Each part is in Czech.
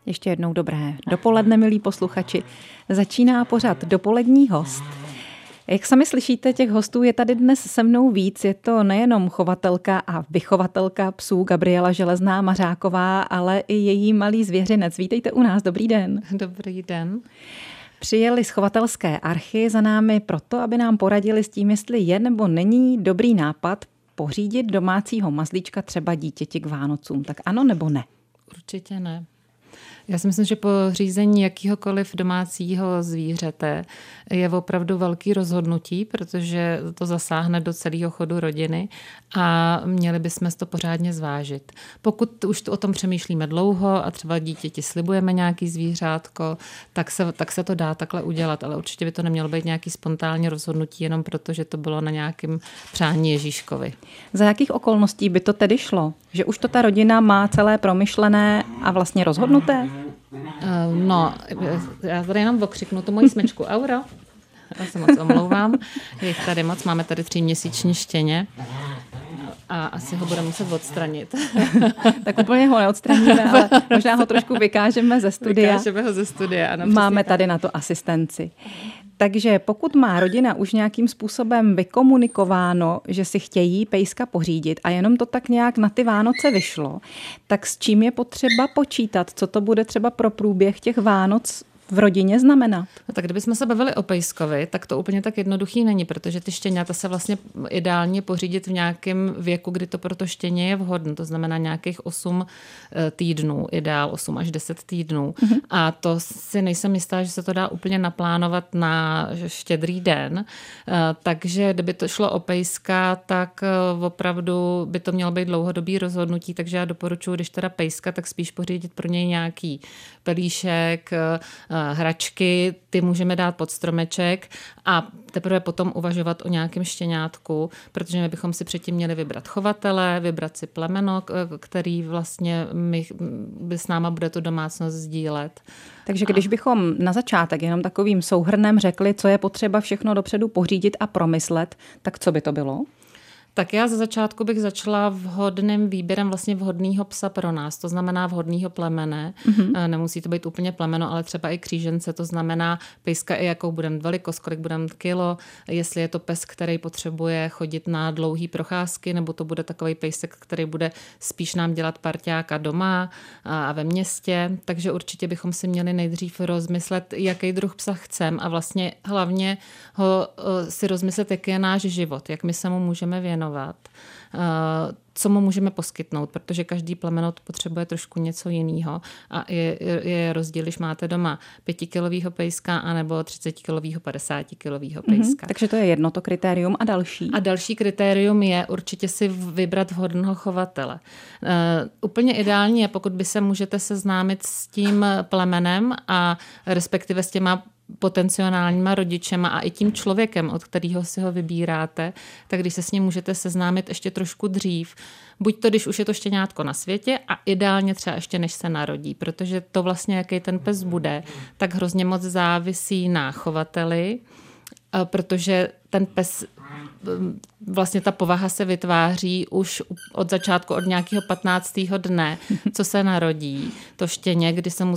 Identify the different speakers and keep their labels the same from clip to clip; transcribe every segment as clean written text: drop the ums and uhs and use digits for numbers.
Speaker 1: Ještě jednou dobré dopoledne, milí posluchači. Začíná pořad Dopolední host. Jak sami slyšíte, těch hostů je tady dnes se mnou víc. Je to nejenom chovatelka a vychovatelka psů Gabriela Železná-Mařáková, ale i její malý zvěřinec. Vítejte u nás, dobrý den.
Speaker 2: Dobrý den.
Speaker 1: Přijeli z chovatelské archy za námi proto, aby nám poradili s tím, jestli je nebo není dobrý nápad pořídit domácího mazlíčka třeba dítěti k Vánocům. Tak ano nebo ne?
Speaker 2: Určitě ne. Já si myslím, že pořízení jakýhokoliv domácího zvířete je opravdu velký rozhodnutí, protože to zasáhne do celého chodu rodiny a měli bychom to pořádně zvážit. Pokud už o tom přemýšlíme dlouho a třeba dítěti slibujeme nějaký zvířátko, tak se to dá takhle udělat, ale určitě by to nemělo být nějaký spontánní rozhodnutí jenom proto, že to bylo na nějakém přání Ježíškovi.
Speaker 1: Za jakých okolností by to tedy šlo? Že už to ta rodina má celé promyšlené a vlastně rozhodnuté?
Speaker 2: No, já tady jenom okřiknu tu moji smečku. Auro, já se moc omlouvám. Je jich tady moc, máme tady 3měsíční štěně a asi ho budeme muset odstranit.
Speaker 1: Tak úplně ho neodstraníme, ale možná ho trošku vykážeme ze studia.
Speaker 2: Vykážeme ho ze studia, ano.
Speaker 1: Máme tady na to asistenci. Takže pokud má rodina už nějakým způsobem vykomunikováno, že si chtějí pejska pořídit a jenom to tak nějak na ty Vánoce vyšlo, tak s čím je potřeba počítat? Co to bude třeba pro průběh těch Vánoc v rodině znamenat?
Speaker 2: No tak kdybychom se bavili o pejskovi, tak to úplně tak jednoduchý není, protože ty štěňata se vlastně ideálně pořídit v nějakém věku, kdy to pro to štěně je vhodné. To znamená nějakých 8 týdnů, ideál 8 až 10 týdnů. Mm-hmm. A to si nejsem jistá, že se to dá úplně naplánovat na Štědrý den. Takže kdyby to šlo o pejska, tak opravdu by to mělo být dlouhodobý rozhodnutí, takže já doporučuji, když teda pejska, tak spíš pořídit pro něj nějaký pelíšek, hračky, ty můžeme dát pod stromeček a teprve potom uvažovat o nějakém štěňátku, protože my bychom si předtím měli vybrat chovatele, vybrat si plemeno, který vlastně by s náma bude tu domácnost sdílet.
Speaker 1: Takže když bychom na začátek jenom takovým souhrnem řekli, co je potřeba všechno dopředu pořídit a promyslet, tak co by to bylo?
Speaker 2: Tak já ze začátku bych začala vhodným výběrem vlastně vhodného psa pro nás, to znamená vhodného plemene. Mm-hmm. Nemusí to být úplně plemeno, ale třeba i křížence, to znamená pejska i jakou budeme velikost, kolik budeme kilo, jestli je to pes, který potřebuje chodit na dlouhé procházky, nebo to bude takový pejsek, který bude spíš nám dělat parťáka doma a ve městě. Takže určitě bychom si měli nejdřív rozmyslet, jaký druh psa chceme a vlastně hlavně si rozmyslet, jaký je náš život, jak my se mu můžeme věnovat. Co mu můžeme poskytnout, protože každý plemeno potřebuje trošku něco jiného a je rozdíl, když máte doma 5kilovýho pejska anebo 30kilovýho, 50kilovýho pejska.
Speaker 1: Takže to je jedno to kritérium a další.
Speaker 2: A další kritérium je určitě si vybrat vhodného chovatele. Úplně ideální je, pokud by se můžete seznámit s tím plemenem a respektive s těma potenciálníma rodičema a i tím člověkem, od kterého si ho vybíráte, tak když se s ním můžete seznámit ještě trošku dřív, buď to, když už je to štěňátko na světě a ideálně třeba ještě než se narodí, protože to vlastně, jaký ten pes bude, tak hrozně moc závisí na chovateli, protože ten pes, vlastně ta povaha se vytváří už od začátku, od nějakého 15. dne, co se narodí. To štěně, kdy se mu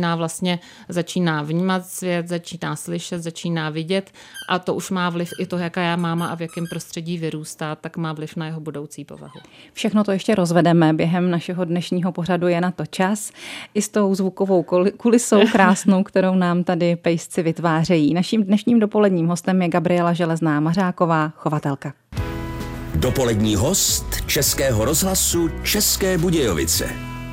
Speaker 2: začíná vnímat svět, začíná slyšet, začíná vidět a to už má vliv i to, jaká je máma a v jakém prostředí vyrůstá, tak má vliv na jeho budoucí povahu.
Speaker 1: Všechno to ještě rozvedeme během našeho dnešního pořadu, je na to čas. I s tou zvukovou kulisou krásnou, kterou nám tady pejsci vytvářejí. Naším dnešním dopoledním hostem je Gabriela Železná-Mařáková, chovatelka.
Speaker 3: Dopolední host Českého rozhlasu České Budějovice.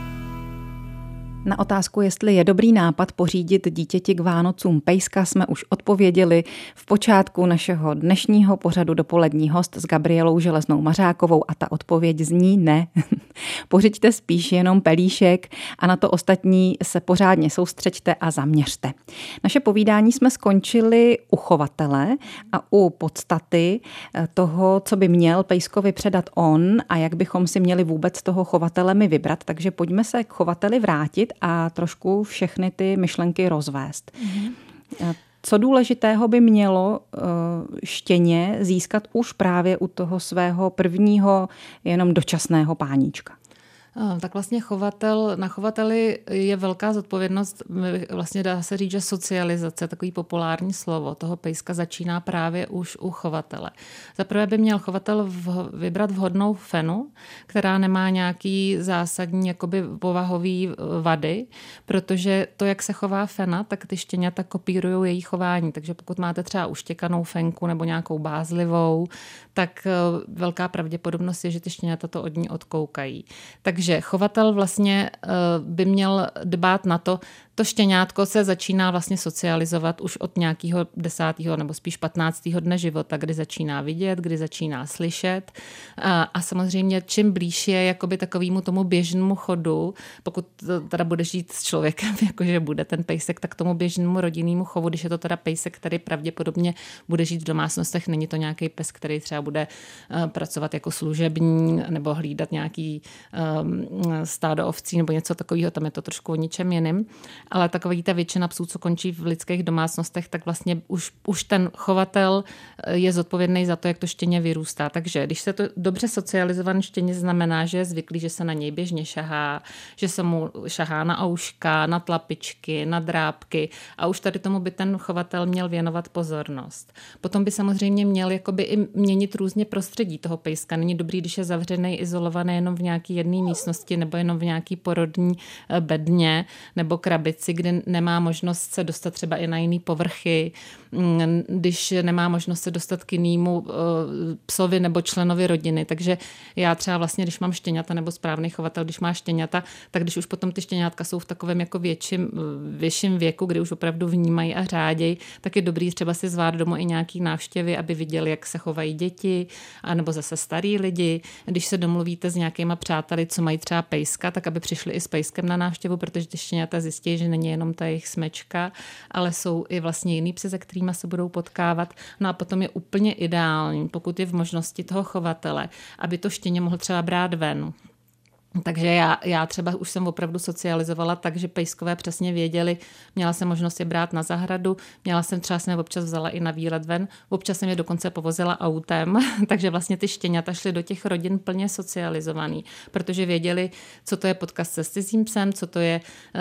Speaker 1: Na otázku, jestli je dobrý nápad pořídit dítěti k Vánocům pejska, jsme už odpověděli v počátku našeho dnešního pořadu Dopolední host s Gabrielou Železnou-Mařákovou a ta odpověď zní ne. Pořiďte spíš jenom pelíšek a na to ostatní se pořádně soustřeďte a zaměřte. Naše povídání jsme skončili u chovatele a u podstaty toho, co by měl pejskovi předat on a jak bychom si měli vůbec toho chovatele my vybrat. Takže pojďme se k chovateli vrátit a trošku všechny ty myšlenky rozvést. Co důležitého by mělo štěně získat už právě u toho svého prvního jenom dočasného páníčka?
Speaker 2: Tak vlastně na chovateli je velká zodpovědnost, vlastně dá se říct, že socializace, takový populární slovo, toho pejska začíná právě už u chovatele. Zaprvé by měl chovatel vybrat vhodnou fenu, která nemá nějaký zásadní jakoby povahový vady, protože to, jak se chová fena, tak ty štěňata kopírují její chování, takže pokud máte třeba uštěkanou fenku nebo nějakou bázlivou, tak velká pravděpodobnost je, že ty štěňata to od ní odkoukají. Takže chovatel vlastně by měl dbát na to štěňátko se začíná vlastně socializovat už od nějakého 10. nebo spíš 15. dne života, kdy začíná vidět, kdy začíná slyšet. A samozřejmě čím blíž je jakoby takovému tomu běžnému chodu, pokud teda bude žít s člověkem, jakože bude ten pejsek, tak tomu běžnému rodinnému chovu, když je to teda pejsek, který pravděpodobně bude žít v domácnostech, není to nějaký pes, který třeba bude pracovat jako služební nebo hlídat nějaký stádo ovcí nebo něco takového, tam je to trošku o ničem jiným. Ale takový ta většina psů, co končí v lidských domácnostech, tak vlastně už ten chovatel je zodpovědný za to, jak to štěně vyrůstá. Takže když se to dobře socializované štěně znamená, že je zvyklý, že se na něj běžně šahá, že se mu šahá na ouška, na tlapičky, na drápky a už tady tomu by ten chovatel měl věnovat pozornost. Potom by samozřejmě měl jakoby i měnit různě prostředí toho pejska. Není dobrý, když je zavřený, izolovaný jenom v nějaký jedné místnosti nebo jenom v nějaký porodní bedně nebo krabici, kde nemá možnost se dostat třeba i na jiný povrchy, když nemá možnost se dostat k jinému psovi nebo členovi rodiny. Takže já třeba vlastně, když mám štěňata nebo správný chovatel, když má štěňata, tak když už potom ty štěňátka jsou v takovém jako větším věku, kdy už opravdu vnímají a řádějí, tak je dobrý třeba si zvát domů i nějaký návštěvy, aby viděli, jak se chovají děti, anebo zase starý lidi. Když se domluvíte s nějakýma přáteli, co mají třeba pejska, tak aby přišli i s pejskem na návštěvu, protože ty štěňata zjistí, že není jenom ta jejich smečka, ale jsou i vlastně jiný psy, se kterými se budou potkávat. No a potom je úplně ideální, pokud je v možnosti toho chovatele, aby to štěně mohl třeba brát ven. Takže já třeba už jsem opravdu socializovala tak, že pejskové přesně věděli, měla jsem možnost je brát na zahradu, jsem je občas vzala i na výlet ven, občas jsem je dokonce povozila autem, takže vlastně ty štěňata šly do těch rodin plně socializovaný, protože věděli, co to je potkat se s cizím psem, co to je,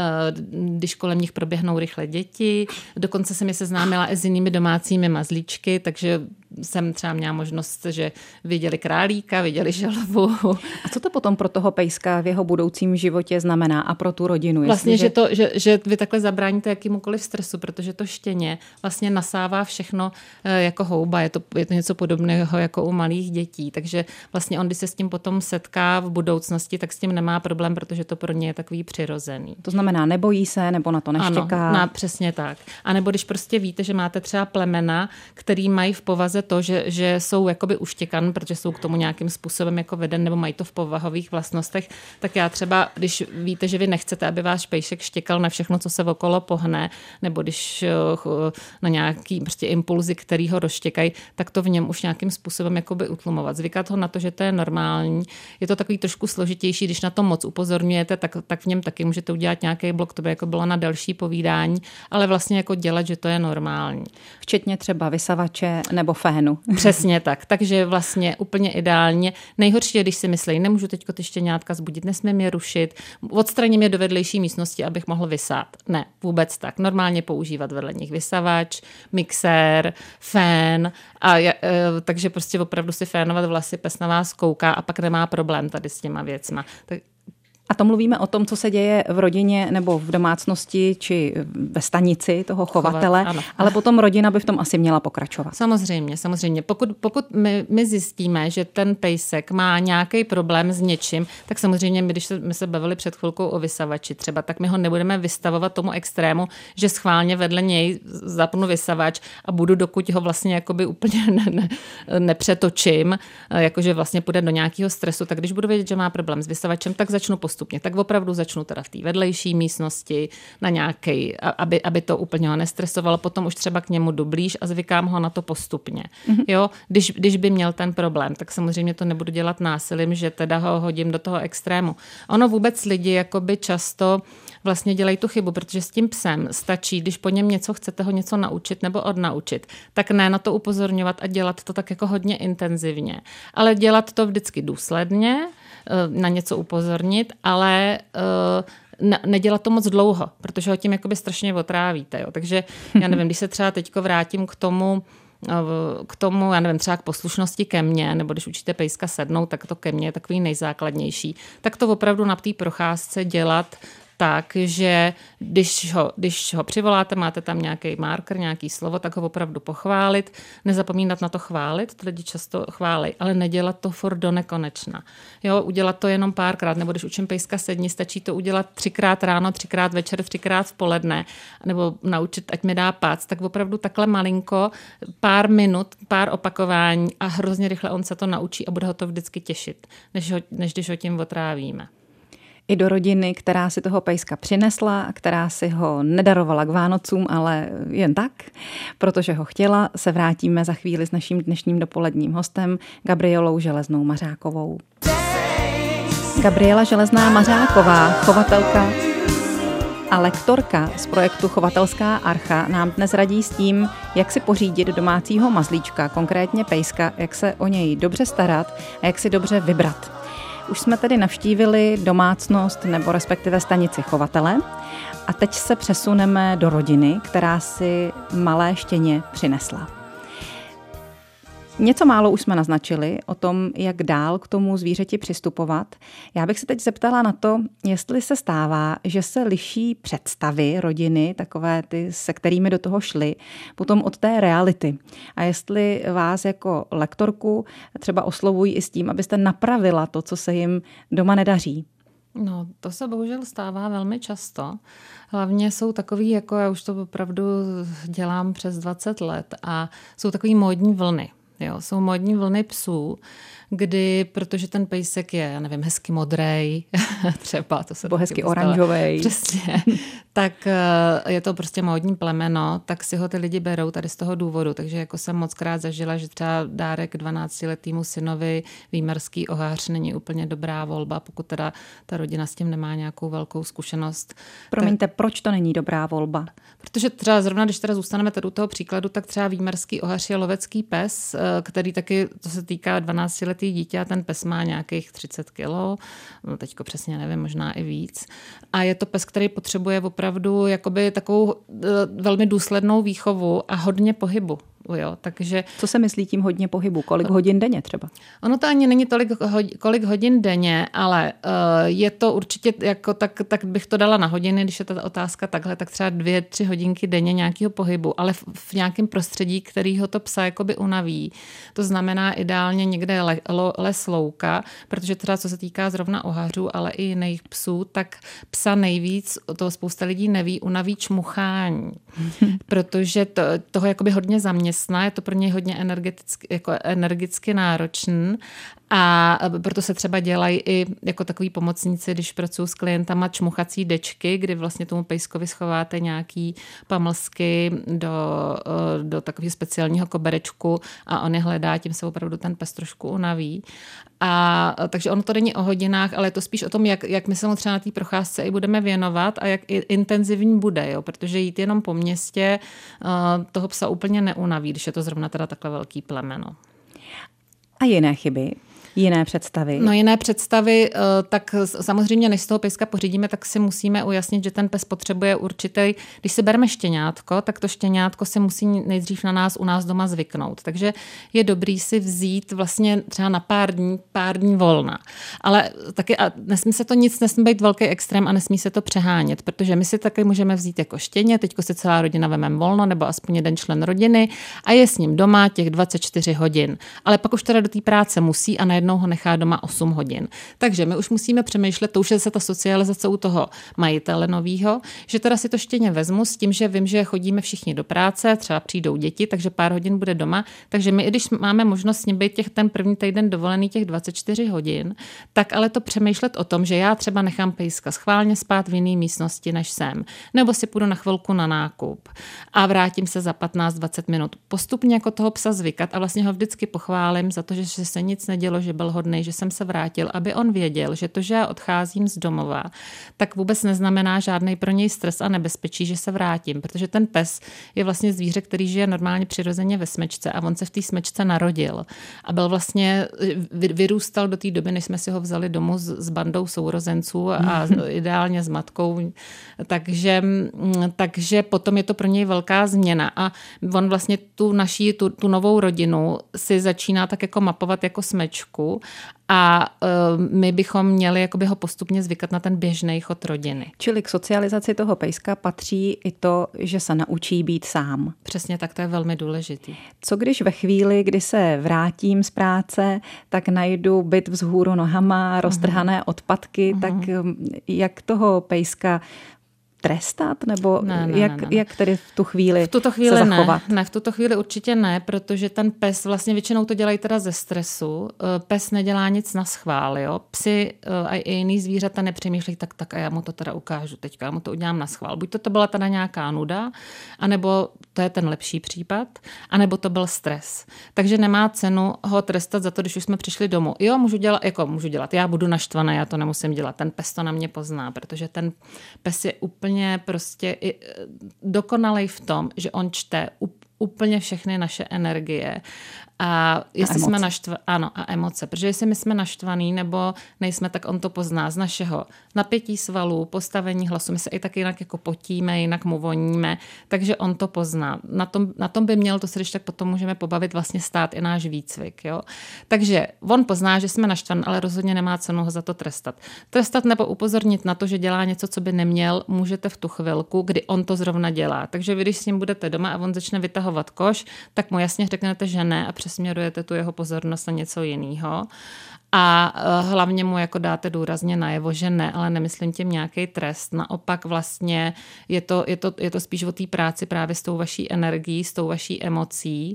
Speaker 2: když kolem nich proběhnou rychle děti, dokonce jsem je seznámila i s jinými domácími mazlíčky, takže jsem třeba měla možnost, že viděli králíka, viděli želvu.
Speaker 1: A co to potom pro toho pejska v jeho budoucím životě znamená a pro tu rodinu?
Speaker 2: Vlastně, že vy takhle zabráníte jakýmukoliv stresu, protože to štěně vlastně nasává všechno jako houba. Je to něco podobného jako u malých dětí. Takže vlastně on, když se s tím potom setká v budoucnosti, tak s tím nemá problém, protože to pro ně je takový přirozený.
Speaker 1: To znamená, nebojí se, nebo na to neštěká?
Speaker 2: Ano, přesně tak. A nebo když prostě víte, že máte třeba plemena, který mají v povaze to, že jsou jakoby uštěkan, protože jsou k tomu nějakým způsobem jako veden, nebo mají to v povahových vlastnostech, tak já třeba, když víte, že vy nechcete, aby váš pejšek štěkal na všechno, co se okolo pohne, nebo když na nějaký prostě impulzy, který ho rozštěkají, tak to v něm už nějakým způsobem jakoby utlumovat. Zvykat ho na to, že to je normální. Je to takový trošku složitější, když na to moc upozorňujete, tak v něm taky můžete udělat nějaký blok, to by jako bylo na další povídání, ale vlastně jako dělat, že to je normální.
Speaker 1: Včetně třeba vysavače nebo fénu.
Speaker 2: Přesně tak. Takže vlastně úplně ideálně. Nejhorší je, když si myslí, nemůžu teďko ty štěňátka zbudit, nesmím je rušit, odstraním je do vedlejší místnosti, abych mohl vysát. Ne, vůbec tak. Normálně používat vedle nich vysavač, mixér, fén, takže prostě opravdu si fénovat vlasy, pes na vás kouká a pak nemá problém tady s těma věcma.
Speaker 1: A to mluvíme o tom, co se děje v rodině nebo v domácnosti či ve stanici toho chovatele, ale potom rodina by v tom asi měla pokračovat.
Speaker 2: Samozřejmě. Pokud my zjistíme, že ten pejsek má nějaký problém s něčím, tak samozřejmě my se bavili před chvilkou o vysavači třeba, tak my ho nebudeme vystavovat tomu extrému, že schválně vedle něj zapnu vysavač a budu, dokud ho vlastně jakoby úplně nepřetočím, jakože vlastně půjde do nějakého stresu, tak když budu vědět, že má problém s vysavačem, tak začnu postupně. Tak opravdu začnu teda v té vedlejší místnosti na nějaký, aby to úplně ho nestresovalo, potom už třeba k němu jdu blíž a zvykám ho na to postupně. Mm-hmm. Jo, když by měl ten problém, tak samozřejmě to nebudu dělat násilím, že teda ho hodím do toho extrému. Ono vůbec lidi jakoby často vlastně dělají tu chybu, protože s tím psem stačí, když po něm chcete ho něco naučit nebo odnaučit, tak ne na to upozorňovat a dělat to tak jako hodně intenzivně. Ale dělat to vždycky důsledně, na něco upozornit, ale nedělat to moc dlouho, protože ho tím jakoby strašně otrávíte. Jo. Takže já nevím, když se třeba teďko vrátím k tomu, já nevím, třeba k poslušnosti ke mně, nebo když učíte pejska sednout, tak to ke mně je takový nejzákladnější. Tak to opravdu na té procházce dělat tak, že když ho přivoláte, máte tam nějaký marker, nějaký slovo, tak ho opravdu pochválit, nezapomínat na to chválit, to lidi často chválí, ale nedělat to furt do nekonečna. Jo, udělat to jenom párkrát, nebo když učím pejska sedni, stačí to udělat 3krát ráno, 3krát večer, 3krát v poledne, nebo naučit, ať mi dá pác, tak opravdu takhle malinko, pár minut, pár opakování a hrozně rychle on se to naučí a bude ho to vždycky těšit, než když ho tím otrávíme.
Speaker 1: I do rodiny, která si toho pejska přinesla a která si ho nedarovala k Vánocům, ale jen tak, protože ho chtěla, se vrátíme za chvíli s naším dnešním dopoledním hostem Gabrielou Železnou Mařákovou. Gabriela Železná Mařáková, chovatelka a lektorka z projektu Chovatelská archa, nám dnes radí s tím, jak si pořídit domácího mazlíčka, konkrétně pejska, jak se o něj dobře starat a jak si dobře vybrat. Už jsme tedy navštívili domácnost nebo respektive stanici chovatele a teď se přesuneme do rodiny, která si malé štěně přinesla. Něco málo už jsme naznačili o tom, jak dál k tomu zvířeti přistupovat. Já bych se teď zeptala na to, jestli se stává, že se liší představy rodiny, takové ty, se kterými do toho šli, potom od té reality. A jestli vás jako lektorku třeba oslovují i s tím, abyste napravila to, co se jim doma nedaří.
Speaker 2: No, to se bohužel stává velmi často. Hlavně jsou takový, jako já už to opravdu dělám přes 20 let a jsou takový módní vlny. Jo, jsou módní vlny psů, kdy, protože ten pejsek je, já nevím, hezky modrej, třeba, to se
Speaker 1: nebo hezky oranžovej.
Speaker 2: Přesně. Tak je to prostě módní plemeno, tak si ho ty lidi berou tady z toho důvodu. Takže jako jsem mockrát zažila, že třeba dárek 12letýmu synovi výmarský ohář není úplně dobrá volba, pokud teda ta rodina s tím nemá nějakou velkou zkušenost.
Speaker 1: Promiňte, proč to není dobrá volba?
Speaker 2: Protože třeba zrovna, když teda zůstaneme tady u toho příkladu, tak třeba výmarský ohář je lovecký pes, který taky, co se týká 12letý dítě, a ten pes má nějakých 30 kilo, teďko přesně nevím, možná i víc. A je to pes, který potřebuje opravdu jakoby takovou velmi důslednou výchovu a hodně pohybu. Jo, takže
Speaker 1: co se myslí tím hodně pohybu? Kolik hodin denně třeba?
Speaker 2: Ono to ani není tolik, kolik hodin denně, ale je to určitě, jako tak bych to dala na hodiny, když je ta otázka takhle, tak třeba 2-3 hodinky denně nějakého pohybu, ale v nějakém prostředí, který ho to psa jakoby unaví. To znamená ideálně někde les louka, protože teda co se týká zrovna ohařů, ale i jiných psů, tak psa nejvíc, to spousta lidí neví, unaví čmuchání. Protože toho jakoby hodně zaměstná, je to pro něj hodně energicky náročný a proto se třeba dělají i jako takový pomocníci, když pracuji s klientama, čmuchací dečky, kdy vlastně tomu pejskovi schováte nějaký pamlsky do takového speciálního koberečku a on je hledá, tím se opravdu ten pes trošku unaví. A takže ono to není o hodinách, ale je to spíš o tom, jak my se mu třeba na té procházce i budeme věnovat a jak intenzivní bude, jo? Protože jít jenom po městě toho psa úplně neunaví, když je to zrovna teda takhle velký plemeno.
Speaker 1: A jiné chyby? Jiné představy?
Speaker 2: No jiné představy, tak samozřejmě, než z toho pejska pořídíme, tak si musíme ujasnit, že ten pes potřebuje určitý, když si bereme štěňátko, tak to štěňátko si musí nejdřív u nás doma zvyknout. Takže je dobrý si vzít vlastně třeba na pár dní volna. Ale taky nesmí být velký extrém a nesmí se to přehánět, protože my si taky můžeme vzít jako štěně, teďko si celá rodina vememe volno, nebo aspoň jeden člen rodiny a je s ním doma těch 24 hodin. Ale pak už teda do té práce musí a najednou ho nechá doma 8 hodin. Takže my už musíme přemýšlet, to už je se ta socializace u toho majitele novýho, že teda si to štěně vezmu s tím, že vím, že chodíme všichni do práce, třeba přijdou děti, takže pár hodin bude doma, takže my, i když máme možnost s ním být ten první týden dovolený těch 24 hodin, tak ale to přemýšlet o tom, že já třeba nechám pejska schválně spát v jiné místnosti, než jsem, nebo si půjdu na chvilku na nákup a vrátím se za 15-20 minut. Postupně jako toho psa zvykat a vlastně ho vždycky pochválím za to, že se nic nedělo, že že byl hodnej, že jsem se vrátil, aby on věděl, že to, že já odcházím z domova, tak vůbec neznamená žádný pro něj stres a nebezpečí, že se vrátím, protože ten pes je vlastně zvíře, který žije normálně přirozeně ve smečce a on se v té smečce narodil a byl vlastně, vyrůstal do té doby, než jsme si ho vzali domů s bandou sourozenců a ideálně s matkou, takže potom je to pro něj velká změna a on vlastně tu novou rodinu si začíná tak jako mapovat jako smečku a my bychom měli jakoby ho postupně zvykat na ten běžný chod rodiny.
Speaker 1: Čili k socializaci toho pejska patří i to, že se naučí být sám.
Speaker 2: Přesně tak, to je velmi důležitý.
Speaker 1: Co když ve chvíli, kdy se vrátím z práce, tak najdu byt vzhůru nohama, roztrhané odpadky, tak jak toho pejska trestat? Nebo jak tedy v tu chvíli se zachovat?
Speaker 2: Ne, v tuto chvíli určitě ne, protože ten pes, vlastně většinou to dělají teda ze stresu. Pes nedělá nic na schvál, jo. Psi a i jiný zvířata nepřemýšlejí tak a já mu to teda ukážu teďka, já mu to udělám na schvál. Buď to byla teda nějaká nuda, anebo to je ten lepší případ, anebo to byl stres. Takže nemá cenu ho trestat za to, když už jsme přišli domů. Jo, můžu dělat, já budu naštvaná, já to nemusím dělat. Ten pes to na mě pozná, protože ten pes je úplně prostě dokonalej v tom, že on čte úplně všechny naše energie. A jestli jsme a emoce. Protože jestli my jsme naštvaný nebo nejsme, tak on to pozná z našeho napětí svalů, postavení hlasu. My se i tak jinak jako potíme, jinak mu voníme, takže on to pozná. Na tom by měl, to se když tak potom můžeme pobavit, vlastně stát i náš výcvik. Jo? Takže on pozná, že jsme naštvaný, ale rozhodně nemá cenu ho za to trestat. Trestat nebo upozornit na to, že dělá něco, co by neměl, můžete v tu chvilku, kdy on to zrovna dělá. Takže vy, když s ním budete doma a on začne vytahovat koš, tak mu jasně řeknete, že ne a směrujete tu jeho pozornost na něco jiného. A hlavně mu jako dáte důrazně najevo, že ne, ale nemyslím tím nějaký trest. Naopak vlastně je to spíš o té práci právě s tou vaší energií, s tou vaší emocí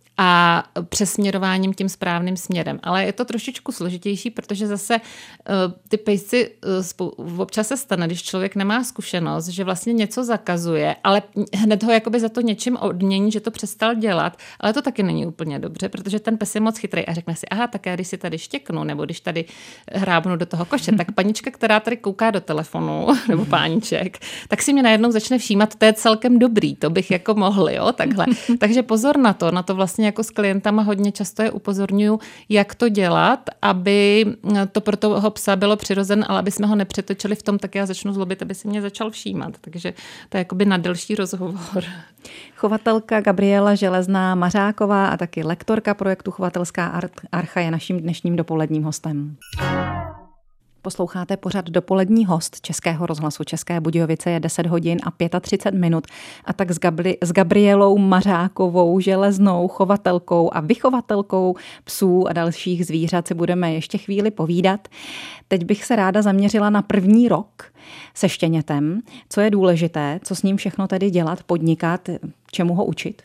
Speaker 2: a přesměrováním tím správným směrem. Ale je to trošičku složitější, protože zase ty pejsci občas se stane, když člověk nemá zkušenost, že vlastně něco zakazuje, ale hned ho jakoby za to něčím odmění, že to přestal dělat, ale to taky není úplně dobře, protože ten pes je moc chytrý a řekne si, aha, tak já když si tady štěknu, nebo když tady hrábnu do toho koše, tak panička, která tady kouká do telefonu, nebo páníček, tak si mě najednou začne všímat, to je celkem dobrý, to bych jako mohl, jo, takhle. Takže pozor na to vlastně jako s klientama hodně často je upozorňuju, jak to dělat, aby to pro toho psa bylo přirozen, ale aby jsme ho nepřetočili v tom, tak já začnu zlobit, aby se mě začal všímat. Takže to je jakoby na delší rozhovor.
Speaker 1: Chovatelka Gabriela Železná-Mařáková a taky lektorka projektu Chovatelská archa je naším dnešním dopoledním hostem. Posloucháte pořad Dopolední host Českého rozhlasu České Budějovice, je 10 hodin a 35 minut a tak s Gabrielou Mařákovou Železnou, chovatelkou a vychovatelkou psů a dalších zvířat si budeme ještě chvíli povídat. Teď bych se ráda zaměřila na první rok se štěnětem. Co je důležité, co s ním všechno tedy dělat, podnikat, čemu ho učit?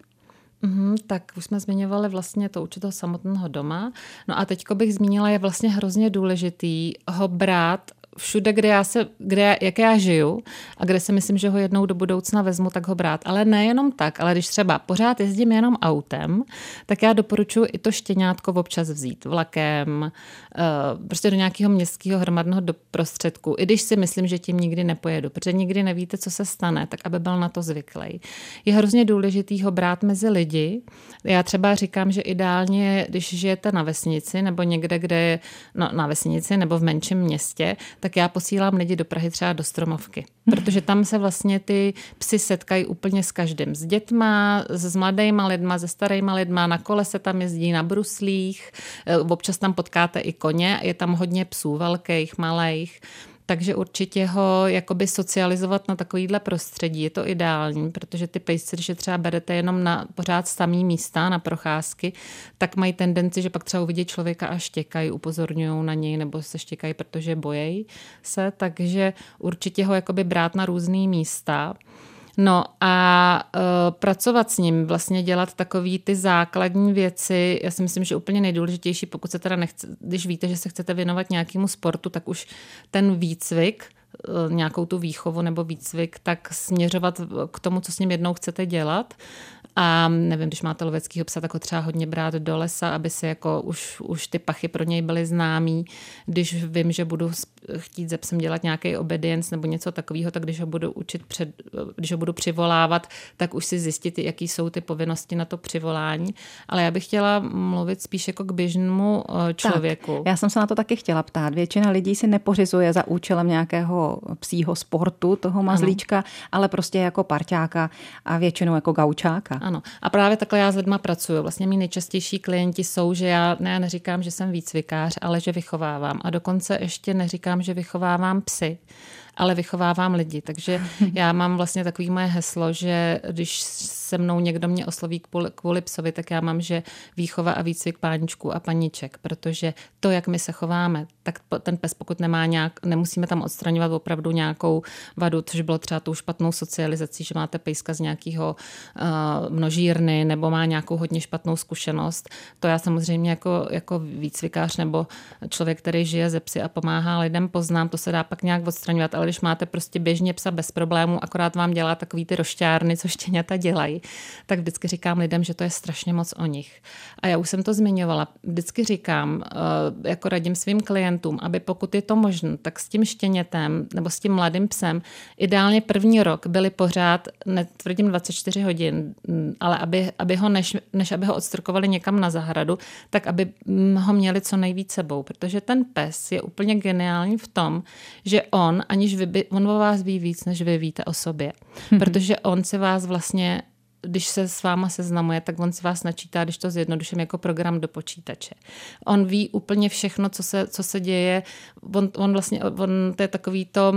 Speaker 2: Tak už jsme zmiňovali vlastně to učit toho samotného doma. No a teďko bych zmínila, je vlastně hrozně důležitý ho brát všude, jak já žiju a kde si myslím, že ho jednou do budoucna vezmu, tak ho brát. Ale nejenom tak, ale když třeba pořád jezdím jenom autem, tak já doporučuji i to štěňátko občas vzít vlakem, prostě do nějakého městského hromadného prostředku. I když si myslím, že tím nikdy nepojedu, protože nikdy nevíte, co se stane, tak aby byl na to zvyklý. Je hrozně důležitý ho brát mezi lidi. Já třeba říkám, že ideálně, když žijete na vesnici nebo někde, kde je na vesnici nebo v menším městě, tak já posílám lidi do Prahy třeba do Stromovky. Protože tam se vlastně ty psi setkají úplně s každým. S dětma, s mladejma lidma, se starejma lidma, na kole se tam jezdí, na bruslích, občas tam potkáte i koně, je tam hodně psů velkých, malých. Takže určitě ho jakoby socializovat na takovýhle prostředí je to ideální, protože ty pejsci, když je třeba berete jenom na pořád samý místa, na procházky, tak mají tendenci, že pak třeba uvidí člověka a štěkají, upozorňují na něj nebo se štěkají, protože bojejí se, takže určitě ho jakoby brát na různý místa. No a pracovat s ním, vlastně dělat takový ty základní věci, já si myslím, že úplně nejdůležitější, pokud se teda když víte, že se chcete věnovat nějakému sportu, tak už ten výcvik, nějakou tu výchovu nebo výcvik, tak směřovat k tomu, co s ním jednou chcete dělat A nevím, když máte loveckýho psa, tak ho třeba hodně brát do lesa, aby si jako už ty pachy pro něj byly známý. Když vím, že budu chtít se psem dělat nějaký obedience nebo něco takového, tak když ho budu učit, když ho budu přivolávat, tak už si zjistit, jaký jsou ty povinnosti na to přivolání. Ale já bych chtěla mluvit spíš jako k běžnému člověku.
Speaker 1: Tak, já jsem se na to taky chtěla ptát. Většina lidí si nepořizuje za účelem nějakého psího sportu, toho mazlíčka, ale prostě jako parťáka a většinou jako gaučáka.
Speaker 2: Ano. A právě takhle já s lidma pracuju. Vlastně mý nejčastější klienti jsou, že já neříkám, že jsem výcvikář, ale že vychovávám. A dokonce ještě neříkám, že vychovávám psy, ale vychovávám lidi. Takže já mám vlastně takový moje heslo, že když se mnou někdo mě osloví kvůli psovi, tak já mám, že výchova a výcvik páničků a paníček, protože to, jak my se chováme, tak ten pes, pokud nemá nemusíme tam odstraňovat opravdu nějakou vadu, což bylo třeba tou špatnou socializací, že máte pejska z nějakého množírny nebo má nějakou hodně špatnou zkušenost. To já samozřejmě jako výcvikář nebo člověk, který žije ze psy a pomáhá lidem, poznám, to se dá pak nějak odstraňovat, ale když máte prostě běžně psa bez problémů, akorát vám dělá takový ty rošťárny, co štěňata dělají, tak vždycky říkám lidem, že to je strašně moc o nich. A já už jsem to zmiňovala. Vždycky říkám, jako radím svým klientům, aby pokud je to možné, tak s tím štěnětem nebo s tím mladým psem ideálně první rok byli pořád, netvrdím 24 hodin, ale aby ho, než aby ho odstrkovali někam na zahradu, tak aby ho měli co nejvíc sebou, protože ten pes je úplně geniální v tom, že on o vás ví víc, než vy víte o sobě. Protože on si vás vlastně, když se s váma seznamuje, tak on si vás načítá, když to zjednoduším, jako program do počítače. On ví úplně všechno, co se děje. On to je takový to...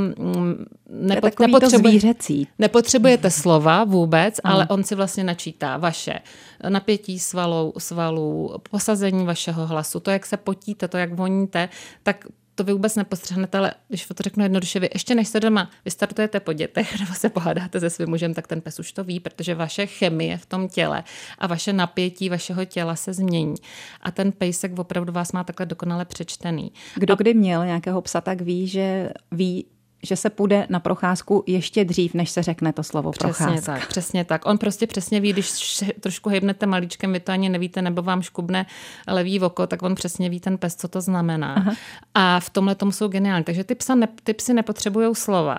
Speaker 2: Nepotřebujete slova vůbec, ale on si vlastně načítá vaše napětí svalů, posazení vašeho hlasu, to, jak se potíte, to, jak voníte, tak to vy vůbec nepostřehnete, ale když to řeknu jednoduše, vy ještě než se doma vystartujete po dětech nebo se pohádáte se svým mužem, tak ten pes už to ví, protože vaše chemie v tom těle a vaše napětí vašeho těla se změní. A ten pejsek opravdu vás má takhle dokonale přečtený.
Speaker 1: Kdy měl nějakého psa, tak ví, že se půjde na procházku ještě dřív, než se řekne to slovo procházka.
Speaker 2: Přesně tak. On prostě přesně ví, když trošku hejbnete malíčkem, vy to ani nevíte, nebo vám škubne levý oko, tak on přesně ví ten pes, co to znamená. Aha. A v tomhle tomu jsou geniální. Takže ty psy nepotřebujou slova.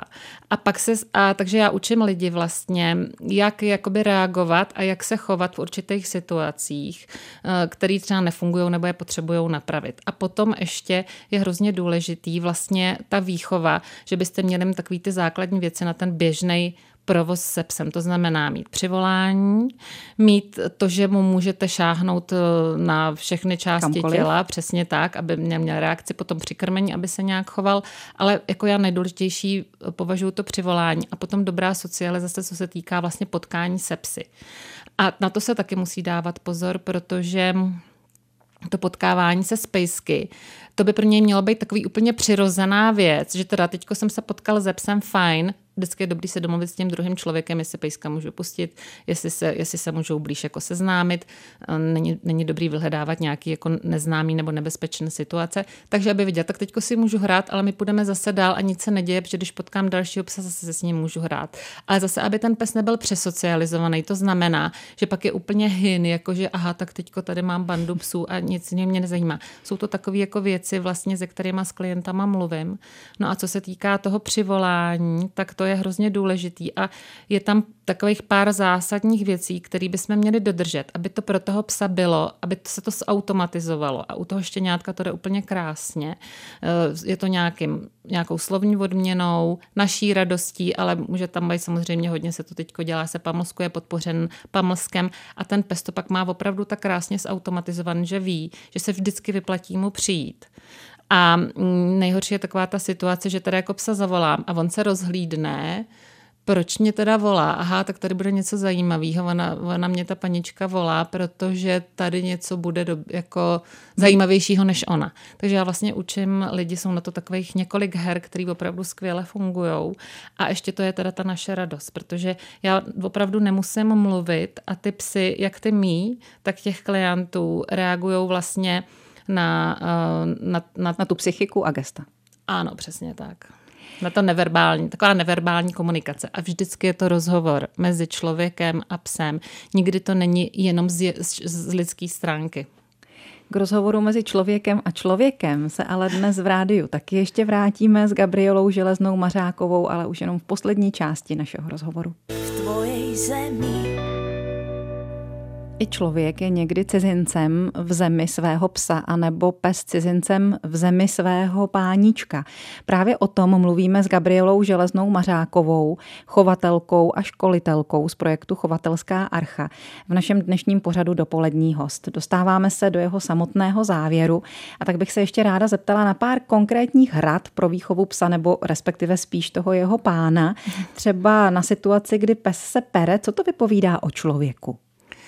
Speaker 2: Takže já učím lidi vlastně, jak jakoby reagovat a jak se chovat v určitých situacích, které třeba nefungují nebo je potřebujou napravit. A potom ještě je hrozně důležitý vlastně ta výchova, že byste měli takový ty základní věci na ten běžný provoz se psem. To znamená mít přivolání, mít to, že mu můžete šáhnout na všechny části těla, přesně tak, aby měl reakci potom při krmení, aby se nějak choval, ale jako já nejdůležitější považuji to přivolání a potom dobrá socializace, co se týká vlastně potkání se psy. A na to se taky musí dávat pozor, protože to potkávání se s pejsky, to by pro něj mělo být takový úplně přirozená věc, že teda teďko jsem se potkal se psem, fajn, vždycky je dobrý se domluvit s tím druhým člověkem, jestli pejska můžu pustit, jestli se můžou blíž jako seznámit, není dobrý vyhledávat nějaký jako neznámý nebo nebezpečné situace, takže aby viděl, tak teďko si můžu hrát, ale my půjdeme zase dál a nic se neděje, protože když potkám dalšího psa, zase se s ním můžu hrát. Ale zase, aby ten pes nebyl přesocializovaný, to znamená, že pak je úplně hin, jakože aha, tak teďko tady mám bandu psů a nic mě nezajímá. Jsou to takové jako věci vlastně, se kterýma s klientama mluvím. No a co se týká toho přivolání, tak to je hrozně důležitý a je tam takových pár zásadních věcí, které bychom měli dodržet, aby to pro toho psa bylo, aby se to zautomatizovalo a u toho štěňátka to jde úplně krásně. Je to nějakou slovní odměnou, naší radostí, ale může tam být samozřejmě hodně, se to teďko dělá, se pamlsku je podpořen pamlskem a ten pes to pak má opravdu tak krásně zautomatizovaný, že ví, že se vždycky vyplatí mu přijít. A nejhorší je taková ta situace, že teda jako psa zavolám a on se rozhlídne, proč mě teda volá? Aha, tak tady bude něco zajímavého. Ona mě ta panička volá, protože tady něco bude jako zajímavějšího než ona. Takže já vlastně učím lidi, jsou na to takových několik her, které opravdu skvěle fungujou. A ještě to je teda ta naše radost, protože já opravdu nemusím mluvit a ty psy, jak ty mý, tak těch klientů reagujou vlastně na
Speaker 1: tu psychiku a gesta.
Speaker 2: Ano, přesně tak. Na to neverbální, taková neverbální komunikace. A vždycky je to rozhovor mezi člověkem a psem. Nikdy to není jenom z lidské stránky.
Speaker 1: K rozhovoru mezi člověkem a člověkem se ale dnes v rádiu taky ještě vrátíme s Gabrielou Železnou Mařákovou, ale už jenom v poslední části našeho rozhovoru.
Speaker 4: V tvojej zemi.
Speaker 1: I člověk je někdy cizincem v zemi svého psa, anebo pes cizincem v zemi svého páníčka. Právě o tom mluvíme s Gabrielou Železnou Mařákovou, chovatelkou a školitelkou z projektu Chovatelská archa. V našem dnešním pořadu Dopolední host. Dostáváme se do jeho samotného závěru a tak bych se ještě ráda zeptala na pár konkrétních rad pro výchovu psa, nebo respektive spíš toho jeho pána. Třeba na situaci, kdy pes se pere, co to vypovídá o člověku?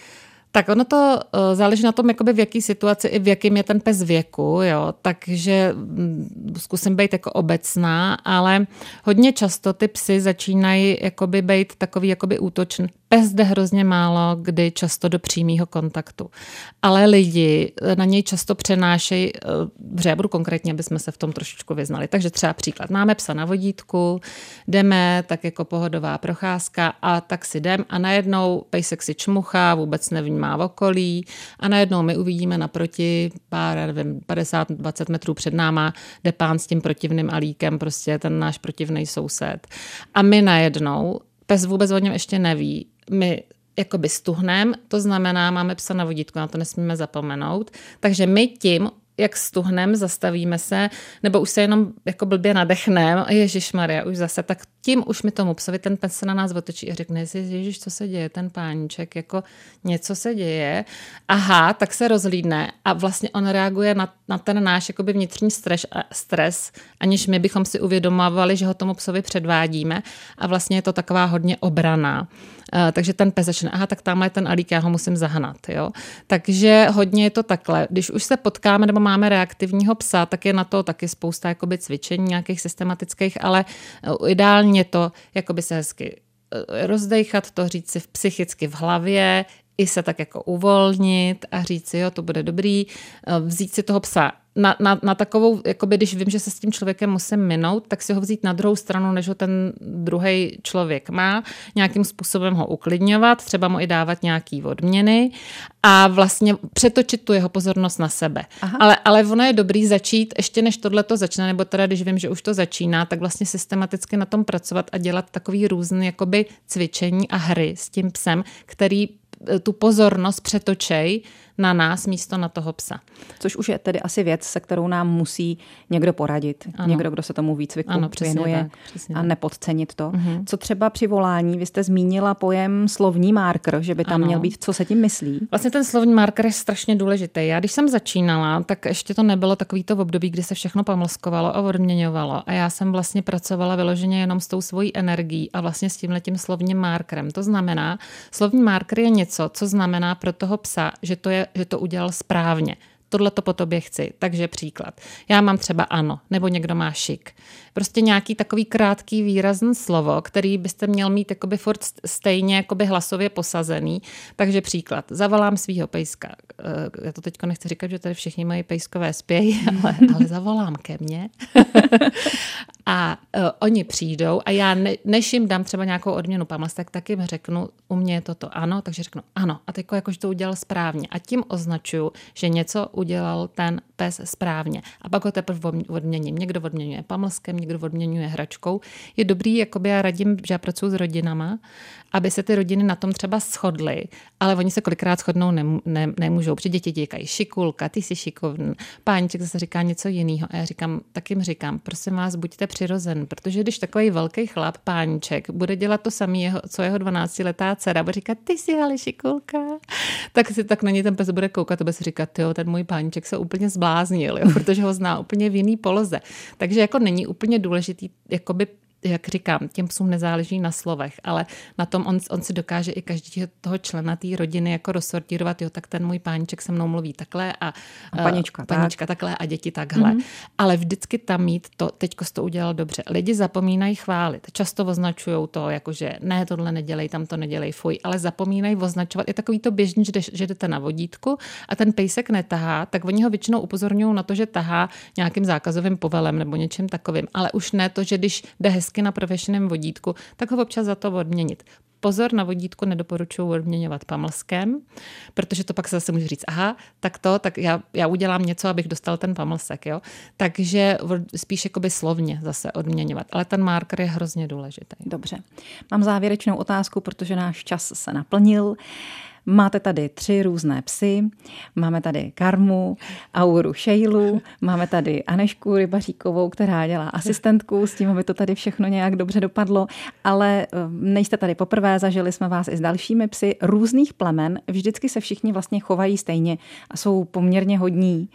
Speaker 2: Tak ono to záleží na tom, jakoby v jaký situaci i v jakém je ten pes věku, jo. Takže zkusím být jako obecná, ale hodně často ty psy začínají jakoby být takový jakoby útočný. Pes jde hrozně málo, kdy často do přímého kontaktu. Ale lidi na něj často přenášejí, já budu konkrétně, aby jsme se v tom trošičku vyznali. Takže třeba příklad, máme psa na vodítku, jdeme, tak jako pohodová procházka a tak si jdem a najednou pejsek si čmuchá, vůbec nevnímá v okolí a najednou my uvidíme naproti pár, nevím, 50-20 metrů před náma, jde pán s tím protivným alíkem, prostě ten náš protivný soused. A my najednou, pes vůbec o něm ještě neví, my jakoby stuhnem, to znamená, máme psa na vodítku, na to nesmíme zapomenout, takže my tím, jak stuhnem, zastavíme se, nebo už se jenom jako blbě nadechnem, ježišmarja, už zase, tak tím už mi tomu psovi, ten pes se na nás otočí a řekne si, ježiš, co se děje, ten páníček, jako něco se děje, aha, tak se rozhlídne a vlastně on reaguje na ten náš jakoby vnitřní stres, aniž my bychom si uvědomovali, že ho tomu psovi předvádíme a vlastně je to taková hodně obrana. Takže ten pes začne, aha, tak tamhle je ten alík, já ho musím zahnat, jo. Takže hodně je to takhle. Když už se potkáme nebo máme reaktivního psa, tak je na to taky spousta jakoby cvičení nějakých systematických, ale ideálně to jakoby se hezky rozdejchat, to říct si psychicky v hlavě, i se tak jako uvolnit a říct si, jo, to bude dobrý, vzít si toho psa na takovou, jakoby, když vím, že se s tím člověkem musím minout, tak si ho vzít na druhou stranu, než ho ten druhý člověk má, nějakým způsobem ho uklidňovat, třeba mu i dávat nějaký odměny a vlastně přetočit tu jeho pozornost na sebe. Ale ono je dobrý začít, ještě než tohleto začne, nebo teda když vím, že už to začíná, tak vlastně systematicky na tom pracovat a dělat takový různý jakoby cvičení a hry s tím psem, který tu pozornost přetočej na nás místo na toho psa.
Speaker 1: Což už je tedy asi věc, se kterou nám musí někdo poradit. Ano. Někdo, kdo se tomu výcviku věnuje a nepodcenit to. Uh-huh. Co třeba při volání? Vy jste zmínila pojem slovní marker, že by tam měl být. Co se tím myslí?
Speaker 2: Vlastně ten slovní marker je strašně důležitý. Já když jsem začínala, tak ještě to nebylo takový to období, kdy se všechno pamlskovalo a odměňovalo. A já jsem vlastně pracovala vyloženě jenom s tou svojí energií a vlastně s tímhletím slovním markerem. To znamená, slovní marker je něco, co znamená pro toho psa, že to udělal správně. Tohle to po tobě chci. Takže příklad. Já mám třeba ano, nebo někdo má šik. Prostě nějaký takový krátký výrazný slovo, který byste měl mít jakoby furt stejně jakoby hlasově posazený. Takže příklad. Zavolám svýho pejska. Já to teďko nechci říkat, že tady všichni mají pejskové spěhy, ale zavolám ke mně. A oni přijdou a já, než jim dám třeba nějakou odměnu pamlastek, tak jim řeknu, u mě je toto ano, takže řeknu ano. A teď jakože to udělal správně. A tím označuju, že něco udělal ten pes správně. A pak ho teprve odměním. Někdo odměňuje pamlskem, někdo odměňuje hračkou. Je dobrý, jakoby já radím, že já pracuji s rodinama, aby se ty rodiny na tom třeba shodly, ale oni se kolikrát shodnou nemůžou. Protože děti říkají šikulka, ty jsi šikovný. Páníček zase říká něco jiného. A já jim říkám, prosím vás, buďte přirozen, protože když takový velký chlap, páníček, bude dělat to samé, co jeho 12letá dcera, bude říkat, ty jsi ale šikulka, tak na něj ten pes bude koukat a bude si říkat, jo, ten můj páníček se úplně zbláznil, jo, protože ho zná úplně v jiný poloze. Takže jako není úplně důležitý jakoby jak říkám, těm psům nezáleží na slovech, ale na tom on si dokáže i každý toho člena té rodiny jako rozsortírovat, jo, tak ten můj páníček se mnou mluví takhle a panička takhle a děti takhle. Ale vždycky tam mít to, teďko jsi to udělal dobře. Lidi zapomínají chválit. Často označujou to, jakože ne, tohle nedělej, tam to nedělej, fuj, ale zapomínají označovat. Je takový to běžný, že jdete na vodítku a ten pejsek netahá, tak oni ho většinou upozorňují na to, že tahá nějakým zákazovým povelem nebo něčím takovým, ale už ne to, že když jde hezky na prověšeném vodítku, tak ho občas za to odměnit. Pozor, na vodítku nedoporučuji odměňovat pamlskem, protože to pak se zase může říct, tak já udělám něco, abych dostal ten pamlsek, jo. Takže spíš jakoby slovně zase odměňovat, ale ten marker je hrozně důležitý.
Speaker 1: Dobře. Mám závěrečnou otázku, protože náš čas se naplnil. Máte tady 3 různé psy, máme tady Karmu, Auru, Šejlu, máme tady Anežku Rybaříkovou, která dělá asistentku, s tím, aby to tady všechno nějak dobře dopadlo, ale nejste tady poprvé, zažili jsme vás i s dalšími psy různých plemen, vždycky se všichni vlastně chovají stejně a jsou poměrně hodní.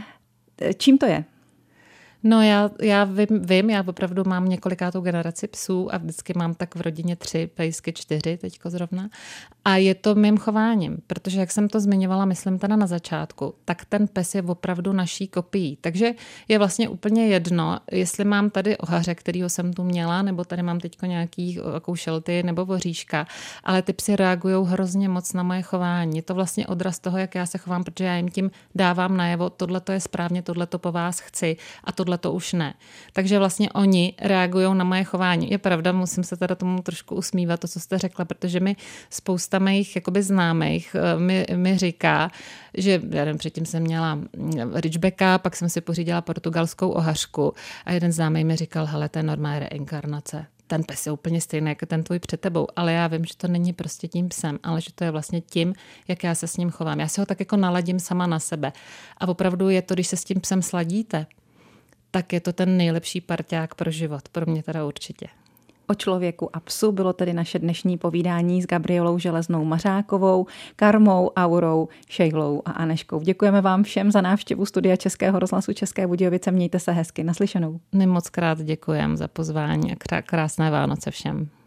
Speaker 1: Čím to je?
Speaker 2: No já vím, já opravdu mám několikátou generaci psů a vždycky mám tak v rodině 3 pejsky, 4 teďko zrovna. A je to mým chováním, protože jak jsem to zmiňovala, myslím teda na začátku, tak ten pes je opravdu naší kopií. Takže je vlastně úplně jedno, jestli mám tady ohaře, kterýho jsem tu měla, nebo tady mám teďko nějaký koušelty nebo voříška, ale ty psy reagujou hrozně moc na moje chování. Je to vlastně odraz toho, jak já se chovám, protože já jim tím dávám najevo, tohle to je správně, tohle to po vás chci a tohle to už ne. Takže vlastně oni reagují na moje chování. Je pravda, musím se teda tomu trošku usmívat, to, co jste řekla, protože mi spousta mých jakoby známých mi říká, že já nevím, předtím jsem měla Ridgebacka, pak jsem si pořídila portugalskou ohařku a jeden známý mi říkal, hele, to je normální reinkarnace. Ten pes je úplně stejný jako ten tvůj před tebou, ale já vím, že to není prostě tím psem, ale že to je vlastně tím, jak já se s ním chovám. Já si ho tak jako naladím sama na sebe. A opravdu je to, když se s tím psem sladíte, tak je to ten nejlepší parťák pro život. Pro mě teda určitě.
Speaker 1: O člověku a psu bylo tedy naše dnešní povídání s Gabrielou Železnou Mařákovou, Karmou, Aurou, Šejlou a Anežkou. Děkujeme vám všem za návštěvu studia Českého rozhlasu České Budějovice. Mějte se hezky. Naslyšenou.
Speaker 2: Moc krát děkujem za pozvání a krásné Vánoce všem.